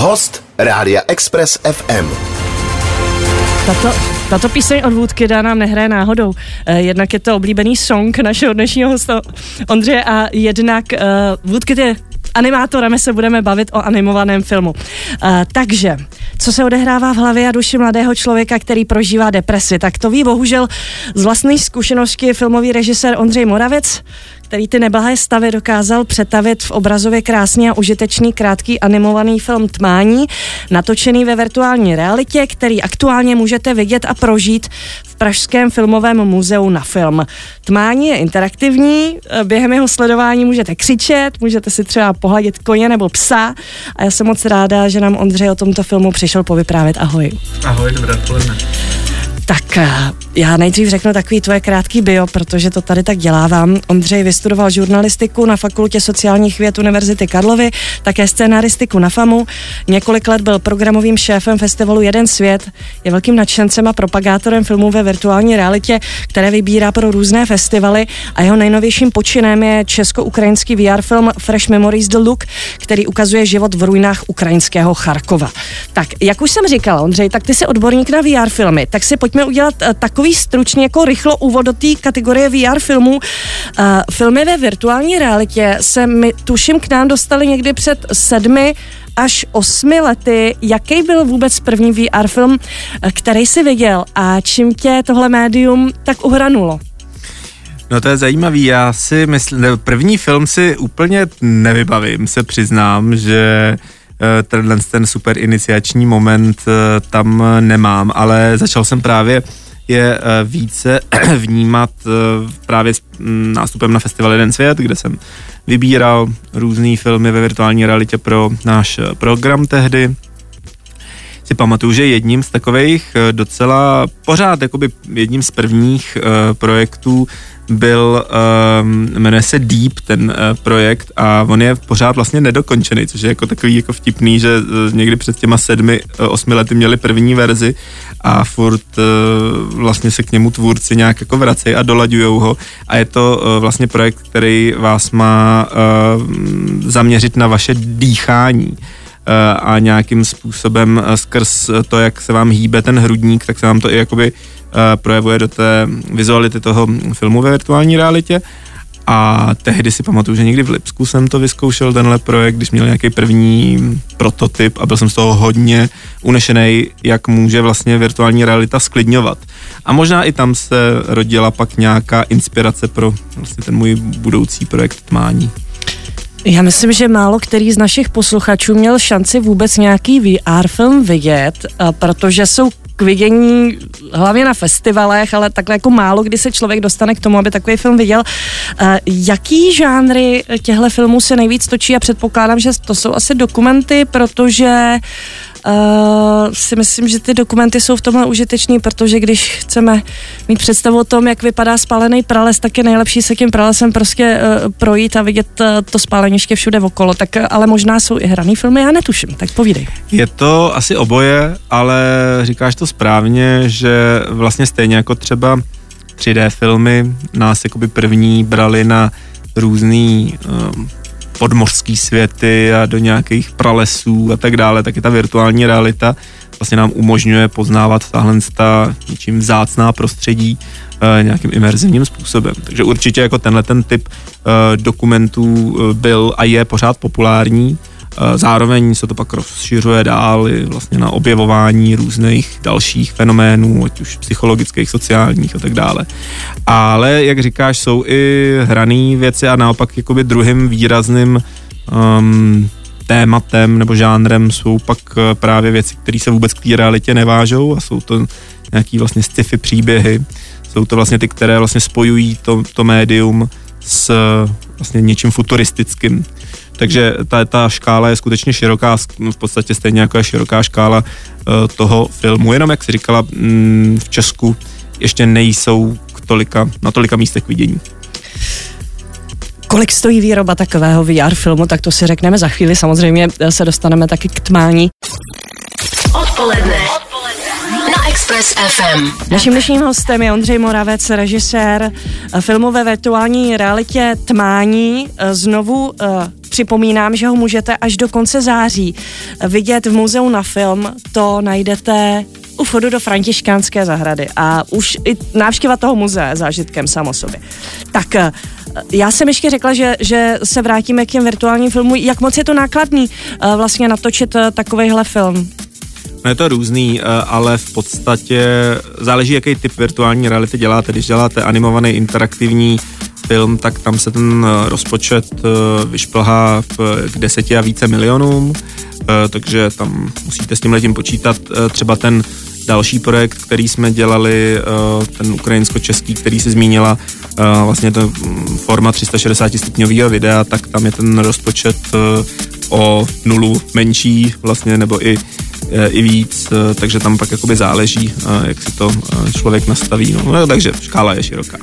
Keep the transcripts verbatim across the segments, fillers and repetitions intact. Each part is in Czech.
Host Rádia Express F M. Tato, tato píseň od Woodkida nám nehraje náhodou. Eh, jednak je to oblíbený song našeho dnešního hosta Ondřeje a jednak eh, Woodkid je animátor a my se budeme bavit o animovaném filmu. Uh, takže, co se odehrává v hlavě a duši mladého člověka, který prožívá depresi, tak to ví bohužel z vlastní zkušenosti filmový režisér Ondřej Moravec, který ty neblahé stavy dokázal přetavit v obrazově krásný a užitečný krátký animovaný film Tmání, natočený ve virtuální realitě, který aktuálně můžete vidět a prožít v Pražském filmovém muzeu Na film. Tmání je interaktivní, během jeho sledování můžete křičet, můžete si třeba pohladit koně nebo psa a já jsem moc ráda, že nám Ondřej o tomto filmu přišel povyprávět. Ahoj. Ahoj, dobré odpoledne. Tak já nejdřív řeknu takový tvoje krátký bio, protože to tady tak dělávám. Ondřej vystudoval žurnalistiku na Fakultě sociálních věd Univerzity Karlovy, také scénaristiku na FAMu. Několik let byl programovým šéfem festivalu Jeden svět, je velkým nadšencem a propagátorem filmů ve virtuální realitě, které vybírá pro různé festivaly a jeho nejnovějším počinem je česko-ukrajinský V R film Fresh Memories The Look, který ukazuje život v ruinách ukrajinského Charkova. Tak, jak už jsem říkala, Ondřej, tak ty jsi odborník na V R filmy, tak si pojďme udělat uh, takový stručný jako rychlo úvod do té kategorie V R filmů. Uh, filmy ve virtuální realitě se mi, tuším, k nám dostali někdy před sedmi až osmi lety. Jaký byl vůbec první V R film, který jsi viděl a čím tě tohle médium tak uhranulo? No to je zajímavý, já si myslím, první film si úplně nevybavím, se přiznám, že tenhle ten super iniciační moment tam nemám, ale začal jsem právě je více vnímat právě s nástupem na festival Jeden svět, kde jsem vybíral různý filmy ve virtuální realitě pro náš program tehdy. Si pamatuju, že jedním z takových docela pořád jakoby jedním z prvních uh, projektů byl, um, jmenuje se Deep ten uh, projekt a on je pořád vlastně nedokončený, což je jako takový jako vtipný, že uh, někdy před těma sedmi, uh, osmi lety měli první verzi a furt uh, vlastně se k němu tvůrci nějak jako vracejí a dolaďujou ho a je to uh, vlastně projekt, který vás má uh, zaměřit na vaše dýchání a nějakým způsobem skrz to, jak se vám hýbe ten hrudník, tak se vám to i jakoby projevuje do té vizuality toho filmu ve virtuální realitě. A tehdy si pamatuju, že někdy v Lipsku jsem to vyzkoušel, tenhle projekt, když měl nějaký první prototyp a byl jsem z toho hodně unešenej, jak může vlastně virtuální realita sklidňovat. A možná i tam se rodila pak nějaká inspirace pro vlastně ten můj budoucí projekt Tmání. Já myslím, že málo který z našich posluchačů měl šanci vůbec nějaký V R film vidět, protože jsou k vidění hlavně na festivalech, ale takhle jako málo kdy se člověk dostane k tomu, aby takový film viděl. Jaký žánry těchto filmů se nejvíc točí? A předpokládám, že to jsou asi dokumenty, protože Uh, si myslím, že ty dokumenty jsou v tomhle užitečný, protože když chceme mít představu o tom, jak vypadá spálený prales, tak je nejlepší se tím pralesem prostě uh, projít a vidět uh, to spáleniště všude okolo, tak uh, ale možná jsou i hraný filmy, já netuším, tak povídej. Je to asi oboje, ale říkáš to správně, že vlastně stejně jako třeba tři dé filmy nás jakoby první brali na různý um, podmořský světy a do nějakých pralesů a tak dále, tak je ta virtuální realita vlastně nám umožňuje poznávat tahle ta něčím vzácná prostředí e, nějakým imerzivním způsobem. Takže určitě jako tenhle ten typ e, dokumentů byl a je pořád populární. E, zároveň se to pak rozšiřuje dál i vlastně na objevování různých dalších fenoménů, ať už psychologických, sociálních a tak dále. Ale jak říkáš, jsou i hraný věci a naopak jakoby druhým výrazným um, tématem nebo žánrem jsou pak právě věci, které se vůbec k té realitě nevážou a jsou to nějaký vlastně sci-fi příběhy. Jsou to vlastně ty, které vlastně spojují to, to médium s vlastně něčím futuristickým. Takže ta, ta škála je skutečně široká, v podstatě stejně jako je široká škála uh, toho filmu. Jenom, jak jsi říkala, mm, v Česku ještě nejsou k tolika, na tolika místech k vidění. Kolik stojí výroba takového V R filmu, tak to si řekneme za chvíli. Samozřejmě se dostaneme taky k Tmání. Odpoledne. Na Express ef em. Naším dnešním hostem je Ondřej Moravec, režisér filmové virtuální realitě Tmání. Znovu připomínám, že ho můžete až do konce září vidět v muzeu Na film. To najdete u vchodu do Františkánské zahrady a už i návštěva toho muzea je zážitkem sám o sobě. Tak já jsem ještě řekla, že, že se vrátíme k těm virtuálním filmům. Jak moc je to nákladný vlastně natočit takovejhle film? No je to různý, ale v podstatě záleží, jaký typ virtuální reality děláte. Když děláte animovaný interaktivní film, tak tam se ten rozpočet vyšplhá k deseti a více milionům, takže tam musíte s tímhletím počítat. Třeba ten další projekt, který jsme dělali, ten ukrajinsko-český, který se zmínila, vlastně to forma tři sta šedesát stupňového videa, tak tam je ten rozpočet o nulu menší vlastně, nebo i i víc, takže tam pak jakoby záleží, jak si to člověk nastaví. No, takže škála je široká.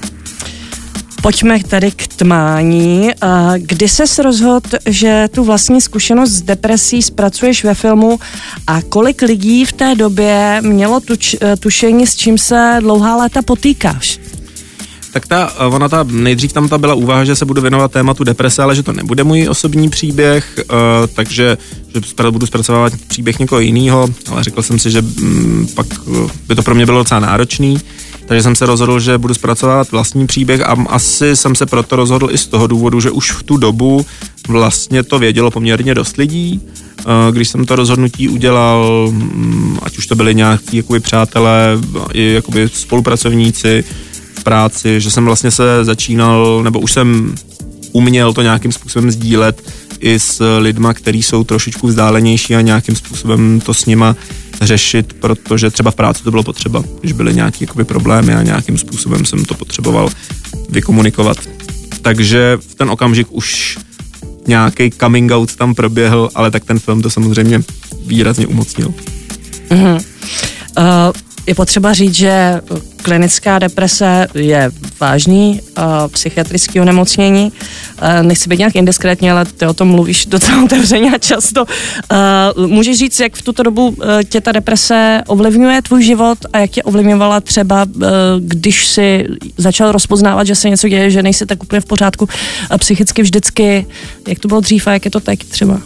Pojďme tady k Tmání. Kdy ses rozhodl, že tu vlastní zkušenost s depresí zpracuješ ve filmu a kolik lidí v té době mělo tuč, tušení, s čím se dlouhá léta potýkáš? Tak ta, ona ta, nejdřív tam ta byla úvaha, že se budu věnovat tématu deprese, ale že to nebude můj osobní příběh, uh, takže že budu zpracovávat příběh někoho jiného, ale řekl jsem si, že um, pak by to pro mě bylo docela náročný, takže jsem se rozhodl, že budu zpracovávat vlastní příběh a asi jsem se proto rozhodl i z toho důvodu, že už v tu dobu vlastně to vědělo poměrně dost lidí. Uh, když jsem to rozhodnutí udělal, um, ať už to byli nějaký jakoby přátelé, i jakoby spolupracovníci, práci, že jsem vlastně se začínal, nebo už jsem uměl to nějakým způsobem sdílet i s lidma, kteří jsou trošičku vzdálenější a nějakým způsobem to s nima řešit, protože třeba v práci to bylo potřeba, když byly nějaké jakoby problémy a nějakým způsobem jsem to potřeboval vykomunikovat. Takže v ten okamžik už nějaký coming out tam proběhl, ale tak ten film to samozřejmě výrazně umocnil. Mm-hmm. Uh... Je potřeba říct, že klinická deprese je vážný uh, psychiatrický onemocnění. Uh, nechci být nějak indiskrétní, ale ty o tom mluvíš docela otevřeně a často. Uh, můžeš říct, jak v tuto dobu uh, tě ta deprese ovlivňuje tvůj život a jak tě ovlivňovala třeba, uh, když jsi začal rozpoznávat, že se něco děje, že nejsi tak úplně v pořádku uh, psychicky vždycky. Jak to bylo dřív a jak je to teď třeba?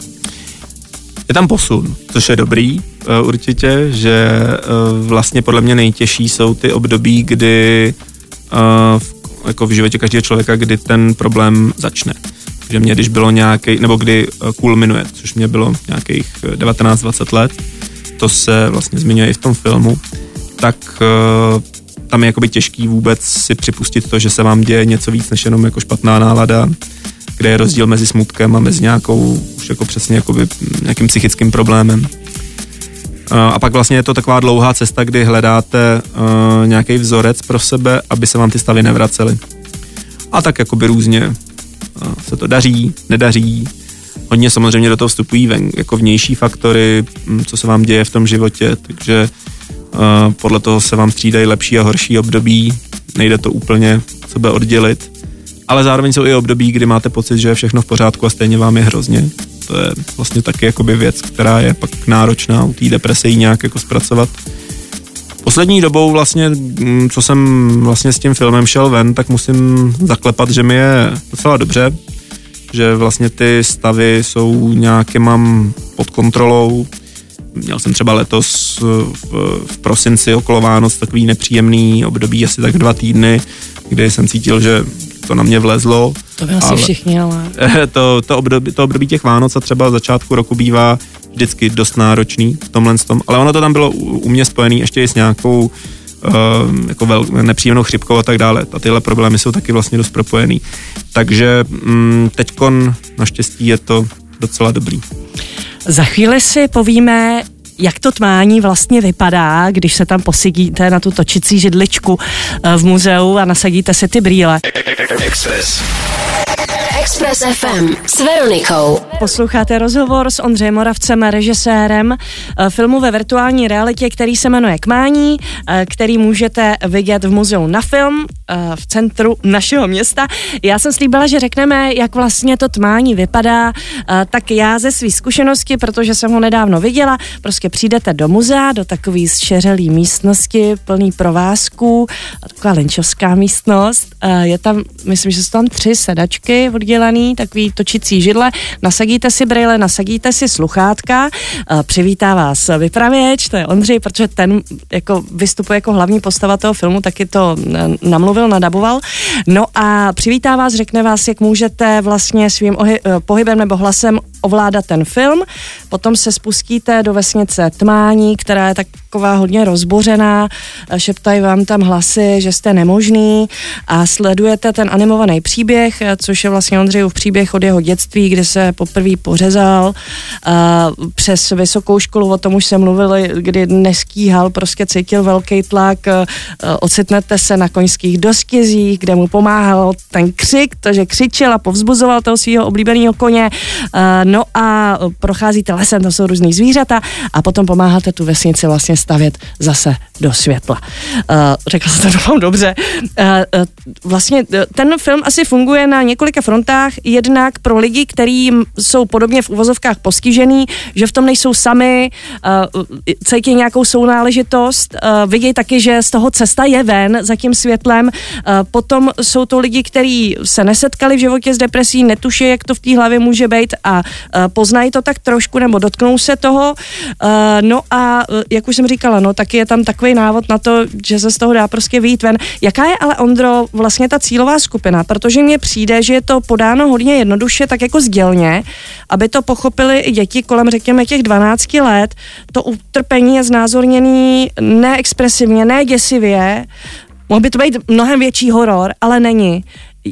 Je tam posun, což je dobrý uh, určitě, že uh, vlastně podle mě nejtěžší jsou ty období, kdy uh, v, jako v životě každého člověka, kdy ten problém začne. Takže mě, když bylo nějaký, nebo kdy uh, kulminuje, což mě bylo nějakých devatenáct dvacet let, to se vlastně zmiňuje i v tom filmu, tak uh, tam je jakoby těžký vůbec si připustit to, že se vám děje něco víc než jenom jako špatná nálada, kde je rozdíl mezi smutkem a mezi nějakou, už jako přesně jakoby nějakým psychickým problémem. A pak vlastně je to taková dlouhá cesta, kdy hledáte uh, nějaký vzorec pro sebe, aby se vám ty stavy nevracely. A tak jakoby různě uh, se to daří, nedaří. Hodně samozřejmě do toho vstupují ven, jako vnější faktory, co se vám děje v tom životě, takže uh, podle toho se vám střídají lepší a horší období, nejde to úplně sebe oddělit. Ale zároveň jsou i období, kdy máte pocit, že je všechno v pořádku a stejně vám je hrozně. To je vlastně taky jakoby věc, která je pak náročná u té deprese jí nějak jako zpracovat. Poslední dobou vlastně, co jsem vlastně s tím filmem šel ven, tak musím zaklepat, že mi je docela dobře, že vlastně ty stavy jsou nějaké mám pod kontrolou. Měl jsem třeba letos v, v prosinci okolo Vánoc takový nepříjemný období, asi tak dva týdny, kdy jsem cítil, že to na mě vlezlo. To by asi všichni, ale... To, to, období, to období těch Vánoc a třeba začátku roku bývá vždycky dost náročný v tomhle tom, ale ono to tam bylo u mě spojený ještě i s nějakou uh, jako vel, nepříjemnou chřipkou a tak dále. A tyhle problémy jsou taky vlastně dost propojený. Takže um, teďkon naštěstí je to docela dobrý. Za chvíli si povíme, jak to Tmání vlastně vypadá, když se tam posadíte na tu točicí židličku v muzeu a nasadíte si ty brýle. Express. Express ef em s Veronikou. Posloucháte rozhovor s Ondřejem Moravcem, režisérem filmu ve virtuální realitě, který se jmenuje Kmání, který můžete vidět v muzeu Na film v centru našeho města. Já jsem slíbila, že řekneme, jak vlastně to Tmání vypadá, tak já ze svých zkušeností, protože jsem ho nedávno viděla, prostě přijdete do muzea, do takový zšeřelý místnosti, plný provázků, taková linčovská místnost. Je tam, myslím, že jsou tam tři sedačky oddělaný, takový točící židle, nasadíte si brýle, nasadíte si sluchátka, přivítá vás vypravěč, to je Ondřej, protože ten jako vystupuje jako hlavní postava toho filmu, taky to namluvil, nadaboval. No a přivítá vás, řekne vás, jak můžete vlastně svým ohy, pohybem nebo hlasem ovládat ten film. Potom se spustíte do vesnice Tmání, která je taková hodně rozbořená, šeptají vám tam hlasy, že jste nemožný a sledujete ten animovaný příběh, což je vlastně Ondřejův příběh od jeho dětství, kde se poprvé pořezal, přes vysokou školu, o tom už jsem mluvili, kdy neskýhal, prostě cítil velký tlak, ocitnete se na koňských dostizích, kde mu pomáhal ten křik, takže křičel a povzbuzoval toho svého oblíbeného koně. No a procházíte lesem, tam jsou různý zvířata a potom pomáháte tu vesnici vlastně stavět zase do světla. Uh, řekla jsem to doufám dobře. Uh, uh, vlastně ten film asi funguje na několika frontách, jednak pro lidi, kteří jsou podobně v uvozovkách postižený, že v tom nejsou sami, uh, cítí nějakou sounáležitost, uh, vidějí taky, že z toho cesta je ven za tím světlem. Uh, potom jsou to lidi, kteří se nesetkali v životě s depresí, netuší, jak to v té hlavě může být a poznají to tak trošku nebo dotknou se toho. No a jak už jsem říkala, no taky je tam takový návod na to, že se z toho dá prostě vyjít ven. Jaká je ale, Ondro, vlastně ta cílová skupina? Protože mně přijde, že je to podáno hodně jednoduše, tak jako sdělně, aby to pochopili i děti kolem, řekněme, těch dvanácti let. To utrpení je znázorněný neexpresivně, ne děsivě. Mohl by to být mnohem větší horor, ale není.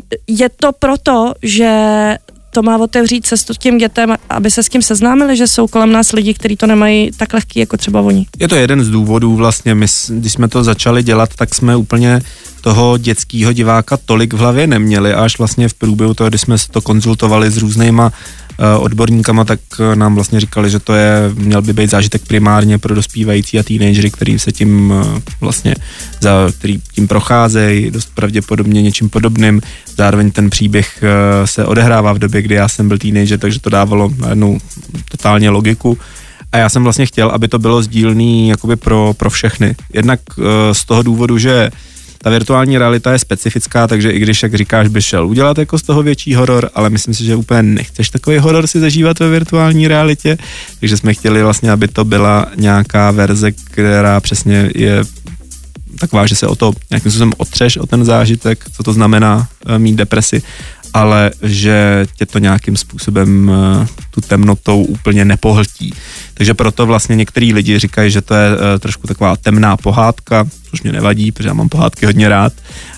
Je to proto, že to má otevřít cestu těm dětem, aby se s tím seznámili, že jsou kolem nás lidi, kteří to nemají tak lehký jako třeba oni. Je to jeden z důvodů vlastně, my, když jsme to začali dělat, tak jsme úplně toho dětského diváka tolik v hlavě neměli a až vlastně v průběhu toho, když jsme to konzultovali s různýma uh, odborníkama, tak uh, nám vlastně říkali, že to je, měl by být zážitek primárně pro dospívající a teenagery, který se tím uh, vlastně, za, který tím procházejí, dost pravděpodobně něčím podobným. Zároveň ten příběh uh, se odehrává v době, kdy já jsem byl teenager, takže to dávalo najednou totálně logiku. A já jsem vlastně chtěl, aby to bylo sdílný jakoby pro, pro všechny. Jednak uh, z toho důvodu, že ta virtuální realita je specifická, takže i když, jak říkáš, by šel udělat jako z toho větší horor, ale myslím si, že úplně nechceš takový horor si zažívat ve virtuální realitě, takže jsme chtěli vlastně, aby to byla nějaká verze, která přesně je taková, že se o to nějakým způsobem otřeš, o ten zážitek, co to znamená mít depresi, ale že tě to nějakým způsobem tu temnotou úplně nepohltí. Takže proto vlastně některý lidi říkají, že to je trošku taková temná pohádka, což mě nevadí, protože já mám pohádky hodně rád,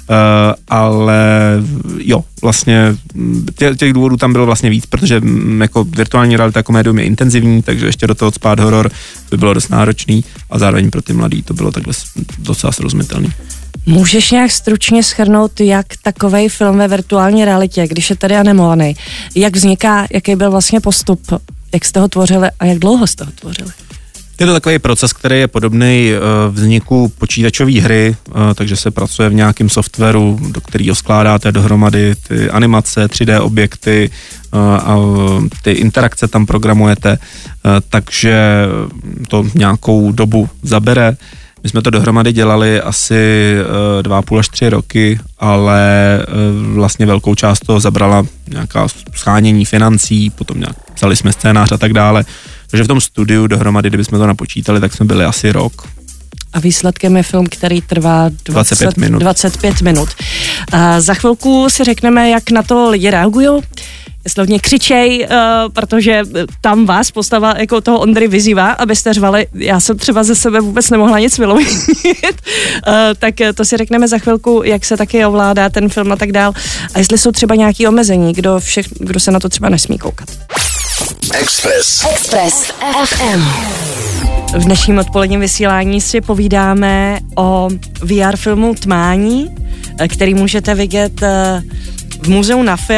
ale jo, vlastně těch, těch důvodů tam bylo vlastně víc, protože jako virtuální realita jako médium je intenzivní, takže ještě do toho cpát horor by bylo dost náročný a zároveň pro ty mladý to bylo takhle docela srozumitelný. Můžeš nějak stručně shrnout, jak takovej film ve virtuální realitě, když je tady animovaný, jak vzniká, jaký byl vlastně postup, jak jste ho tvořili a jak dlouho jste ho tvořili? Je to takový proces, který je podobný vzniku počítačové hry, takže se pracuje v nějakém softwaru, do kterého skládáte dohromady ty animace, tři dé objekty a ty interakce tam programujete, takže to nějakou dobu zabere. My jsme to dohromady dělali asi dva a půl až tři roky, ale vlastně velkou část toho zabrala nějaká schánění financí, potom nějak psali jsme scénář a tak dále. Takže v tom studiu dohromady, kdybychom to napočítali, tak jsme byli asi rok. A výsledkem je film, který trvá dvacet, dvacet pět minut. dvacet pět minut. A za chvilku si řekneme, jak na to lidi reagují. Jestli hodně křičej, uh, protože tam vás postava jako toho Ondry vyzývá, abyste řvali. Já jsem třeba ze sebe vůbec nemohla nic vylovit. uh, tak to si řekneme za chvilku, jak se taky ovládá ten film a tak dál. A jestli jsou třeba nějaké omezení, kdo, všech, kdo se na to třeba nesmí koukat. Express. Express ef em. V dnešním odpoledním vysílání si povídáme o vé er filmu Tmání, který můžete vidět v muzeu Na film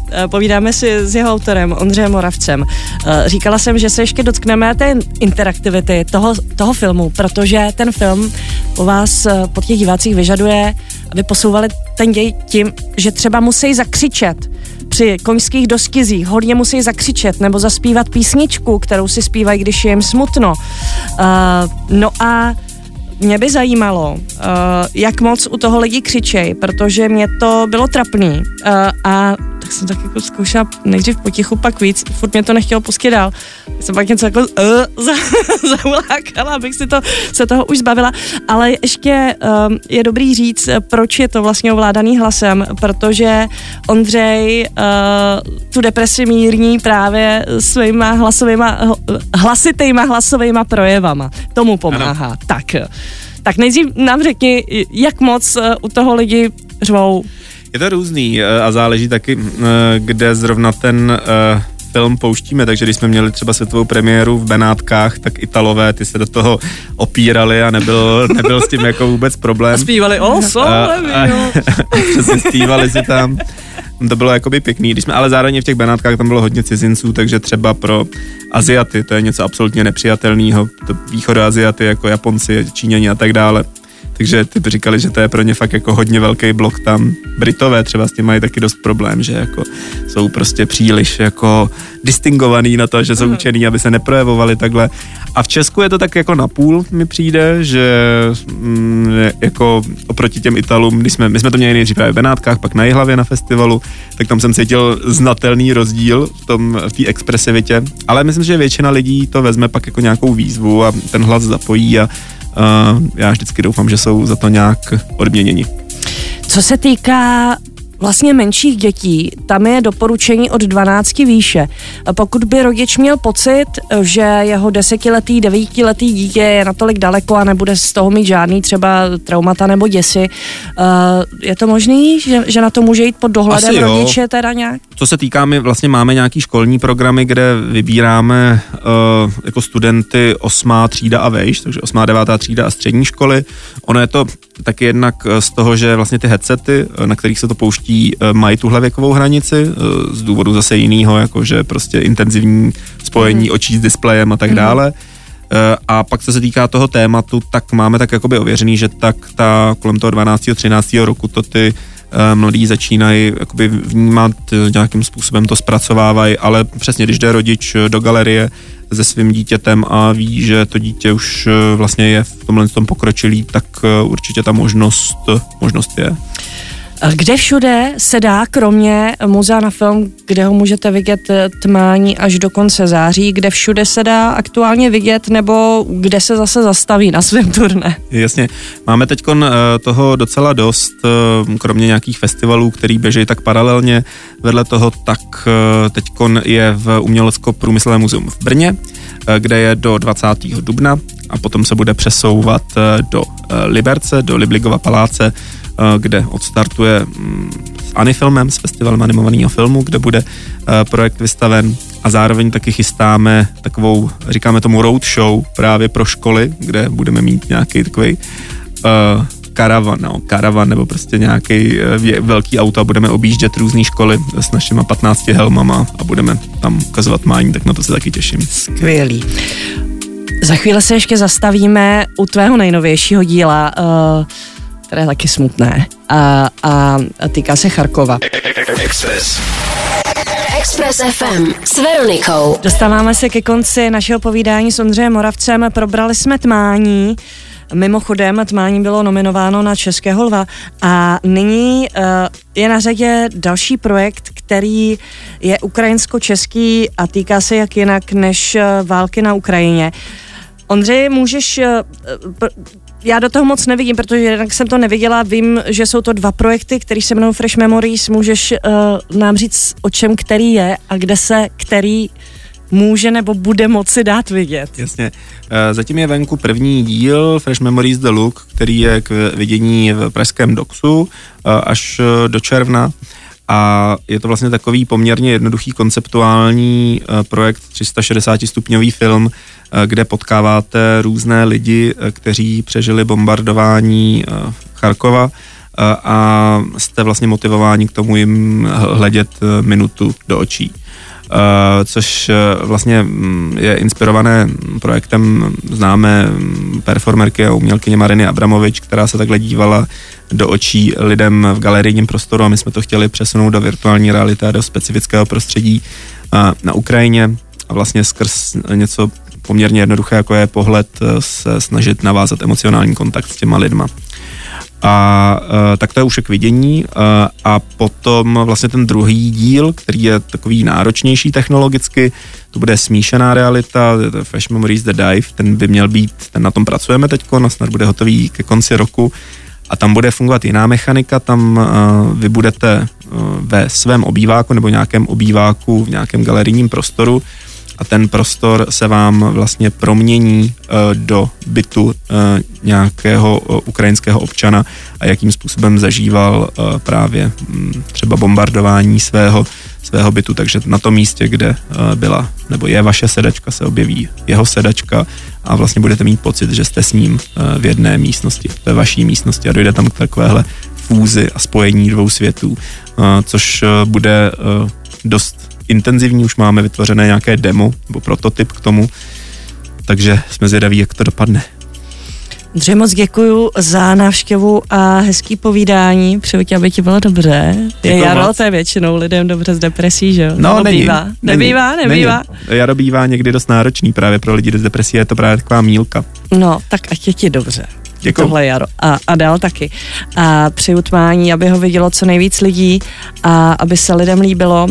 povídáme si s jeho autorem Ondřejem Moravcem. Říkala jsem, že se ještě dotkneme té interaktivity toho, toho filmu, protože ten film po vás, po těch divácích vyžaduje, aby posouvali ten děj tím, že třeba musí zakřičet při koňských dostizích, hodně musí zakřičet nebo zaspívat písničku, kterou si zpívají, když je jim smutno. Uh, no a mě by zajímalo, uh, jak moc u toho lidi křičej, protože mě to bylo trapný uh, a tak jsem tak jako zkoušela nejdřív potichu, pak víc, furt mě to nechtělo pustit dál. Tak jsem pak něco jako uh, za, zaulákala, abych si to, se toho už zbavila, ale ještě um, je dobrý říct, proč je to vlastně ovládaný hlasem, protože Ondřej uh, tu depresi mírní právě svýma hlasovýma, hlasitýma hlasovýma projevama. Tomu pomáhá. Ano. Tak, tak nejdřív nám řekni, jak moc uh, u toho lidi řvou. Je to různý a záleží taky, kde zrovna ten film pouštíme, takže když jsme měli třeba světovou premiéru v Benátkách, tak Italové, ty se do toho opírali a nebyl, nebyl s tím jako vůbec problém. A zpívali o sole, přesně zpívali si tam. To bylo jakoby pěkný, když jsme, ale zároveň v těch Benátkách tam bylo hodně cizinců, takže třeba pro Aziaty to je něco absolutně nepřijatelného, to východoaziaty jako Japonci, Číňani a tak dále. Takže ty by říkali, že to je pro ně fakt jako hodně velký blok tam. Britové třeba s tím mají taky dost problém, že jako jsou prostě příliš jako distingovaný na to, že jsou učený, aby se neprojevovali takhle. A v Česku je to tak jako napůl, mi přijde, že mm, jako oproti těm Italům, když jsme, my jsme to měli nejdřív právě v Benátkách, pak na Jihlavě na festivalu, tak tam jsem cítil znatelný rozdíl v tom, v té expresivitě, ale myslím, že většina lidí to vezme pak jako nějakou výzvu a ten hlas zapojí a Uh, já vždycky doufám, že jsou za to nějak odměněni. Co se týká vlastně menších dětí, tam je doporučení od dvanácti výše. Pokud by rodič měl pocit, že jeho desetiletý, devítiletý dítě je natolik daleko a nebude z toho mít žádný třeba traumata nebo děsi, je to možný, že, že na to může jít pod dohledem rodiče teda nějak? Co se týká, my vlastně máme nějaký školní programy, kde vybíráme uh, jako studenty osmá třída a vejš, takže osmá, devátá třída a střední školy. Ono je to taky jednak z toho, že vlastně ty headsety, na kterých se to pouští, mají tuhle věkovou hranici, z důvodu zase jinýho, jakože prostě intenzivní spojení mm. očí s displejem a tak mm. dále. A pak, co se týká toho tématu, tak máme tak jakoby ověřený, že tak ta kolem toho dvanáctého třináctého roku to ty mladí začínají jakoby vnímat, nějakým způsobem to zpracovávají, ale přesně, když jde rodič do galerie se svým dítětem a ví, že to dítě už vlastně je v tomhle tom pokročilý, tak určitě ta možnost, možnost je. Kde všude se dá, kromě Muzea na film, kde ho můžete vidět Tmání až do konce září, kde všude se dá aktuálně vidět, nebo kde se zase zastaví na svém turné? Jasně, máme teďkon toho docela dost, kromě nějakých festivalů, který běží tak paralelně. Vedle toho tak teďkon je v Umělecko-průmyslovém muzeum v Brně, kde je do dvacátého dubna a potom se bude přesouvat do Liberce, do Libligova paláce, kde odstartuje s Anifilmem, s festivalem animovaného filmu, kde bude projekt vystaven a zároveň taky chystáme takovou, říkáme tomu road show právě pro školy, kde budeme mít nějaký takový uh, karavan, no, karavan nebo prostě nějaký uh, velký auto a budeme objíždět různé školy s našima patnácti helmama a budeme tam ukazovat Tmání, tak na to se taky těším. Skvělý. Za chvíli se ještě zastavíme u tvého nejnovějšího díla, uh, které je taky smutné a, a týká se Charkova. Express. Express F M s Veronikou. Dostáváme se ke konci našeho povídání s Ondřejem Moravcem. Probrali jsme Tmání. Mimochodem, Tmání bylo nominováno na Českého lva a nyní uh, je na řadě další projekt, který je ukrajinsko-český a týká se jak jinak než uh, války na Ukrajině. Ondřej, můžeš... Uh, Já do toho moc nevidím, protože jednak jsem to neviděla. Vím, že jsou to dva projekty, které se jmenují Fresh Memories. Můžeš uh, nám říct, o čem který je a kde se který může nebo bude moci dát vidět? Jasně. Zatím je venku první díl Fresh Memories The Look, který je k vidění v pražském Doxu až do června. A je to vlastně takový poměrně jednoduchý konceptuální projekt, tři sta šedesát stupňový film, kde potkáváte různé lidi, kteří přežili bombardování Charkova a jste vlastně motivováni k tomu jim hledět minutu do očí. Uh, což uh, vlastně je inspirované projektem známé performerky a umělkyně Mariny Abramovič, která se takhle dívala do očí lidem v galerijním prostoru a my jsme to chtěli přesunout do virtuální reality a do specifického prostředí uh, na Ukrajině a vlastně skrz něco poměrně jednoduché, jako je pohled, se snažit navázat emocionální kontakt s těma lidma. A e, tak to je už k vidění e, a potom vlastně ten druhý díl, který je takový náročnější technologicky, to bude smíšená realita, Fresh Memories The Dive, ten by měl být, ten na tom pracujeme teďko, no snad bude hotový ke konci roku a tam bude fungovat jiná mechanika, tam e, vy budete e, ve svém obýváku nebo nějakém obýváku v nějakém galerijním prostoru a ten prostor se vám vlastně promění uh, do bytu uh, nějakého uh, ukrajinského občana a jakým způsobem zažíval uh, právě um, třeba bombardování svého, svého bytu, takže na tom místě, kde uh, byla nebo je vaše sedačka, se objeví jeho sedačka a vlastně budete mít pocit, že jste s ním uh, v jedné místnosti, ve vaší místnosti a dojde tam k takovéhle fúzi a spojení dvou světů, uh, což uh, bude uh, dost intenzivní, už máme vytvořené nějaké demo nebo prototyp k tomu, takže jsme zvědaví, jak to dopadne. Dře, moc děkuju za návštěvu a hezký povídání. Přeju ti, aby ti bylo dobře. Je jaro, to je většinou lidem dobře z depresí, že jo? No, Nebo není, bývá? Není, nebývá, nebývá. Není. Jaro bývá někdy dost náročný právě pro lidi z depresí, je to právě taková mílka. No, tak ať je ti dobře. Děkuju. Tohle jaro. A, a dál taky. A přeju tmání, aby ho vidělo co nejvíc lidí a aby se lidem líbilo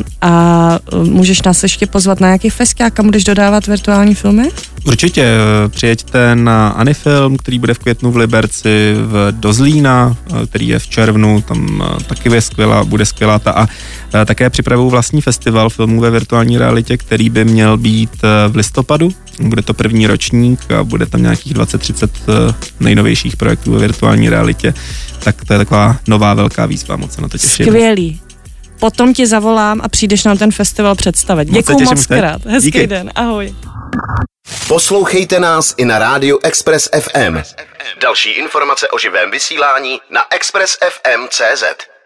a můžeš nás ještě pozvat na nějaký festiák, kam budeš dodávat virtuální filmy? Určitě, přijeďte na Anifilm, který bude v květnu v Liberci, v do Zlína, který je v červnu, tam taky je skvělá, bude skvělá ta a také připravuju vlastní festival filmů ve virtuální realitě, který by měl být v listopadu. Bude to první ročník a bude tam nějakých dvacet třicet nejnovějších projektů ve virtuální realitě. Tak to je taková nová velká výzva, moc se na to těším. Skvělý. Potom ti zavolám a přijdeš nám ten festival představit. Děkuju moc krát. Hezký Díky. Den. Ahoj. Poslouchejte nás i na rádiu Express F M. Další informace o živém vysílání na express f m tečka cé zet.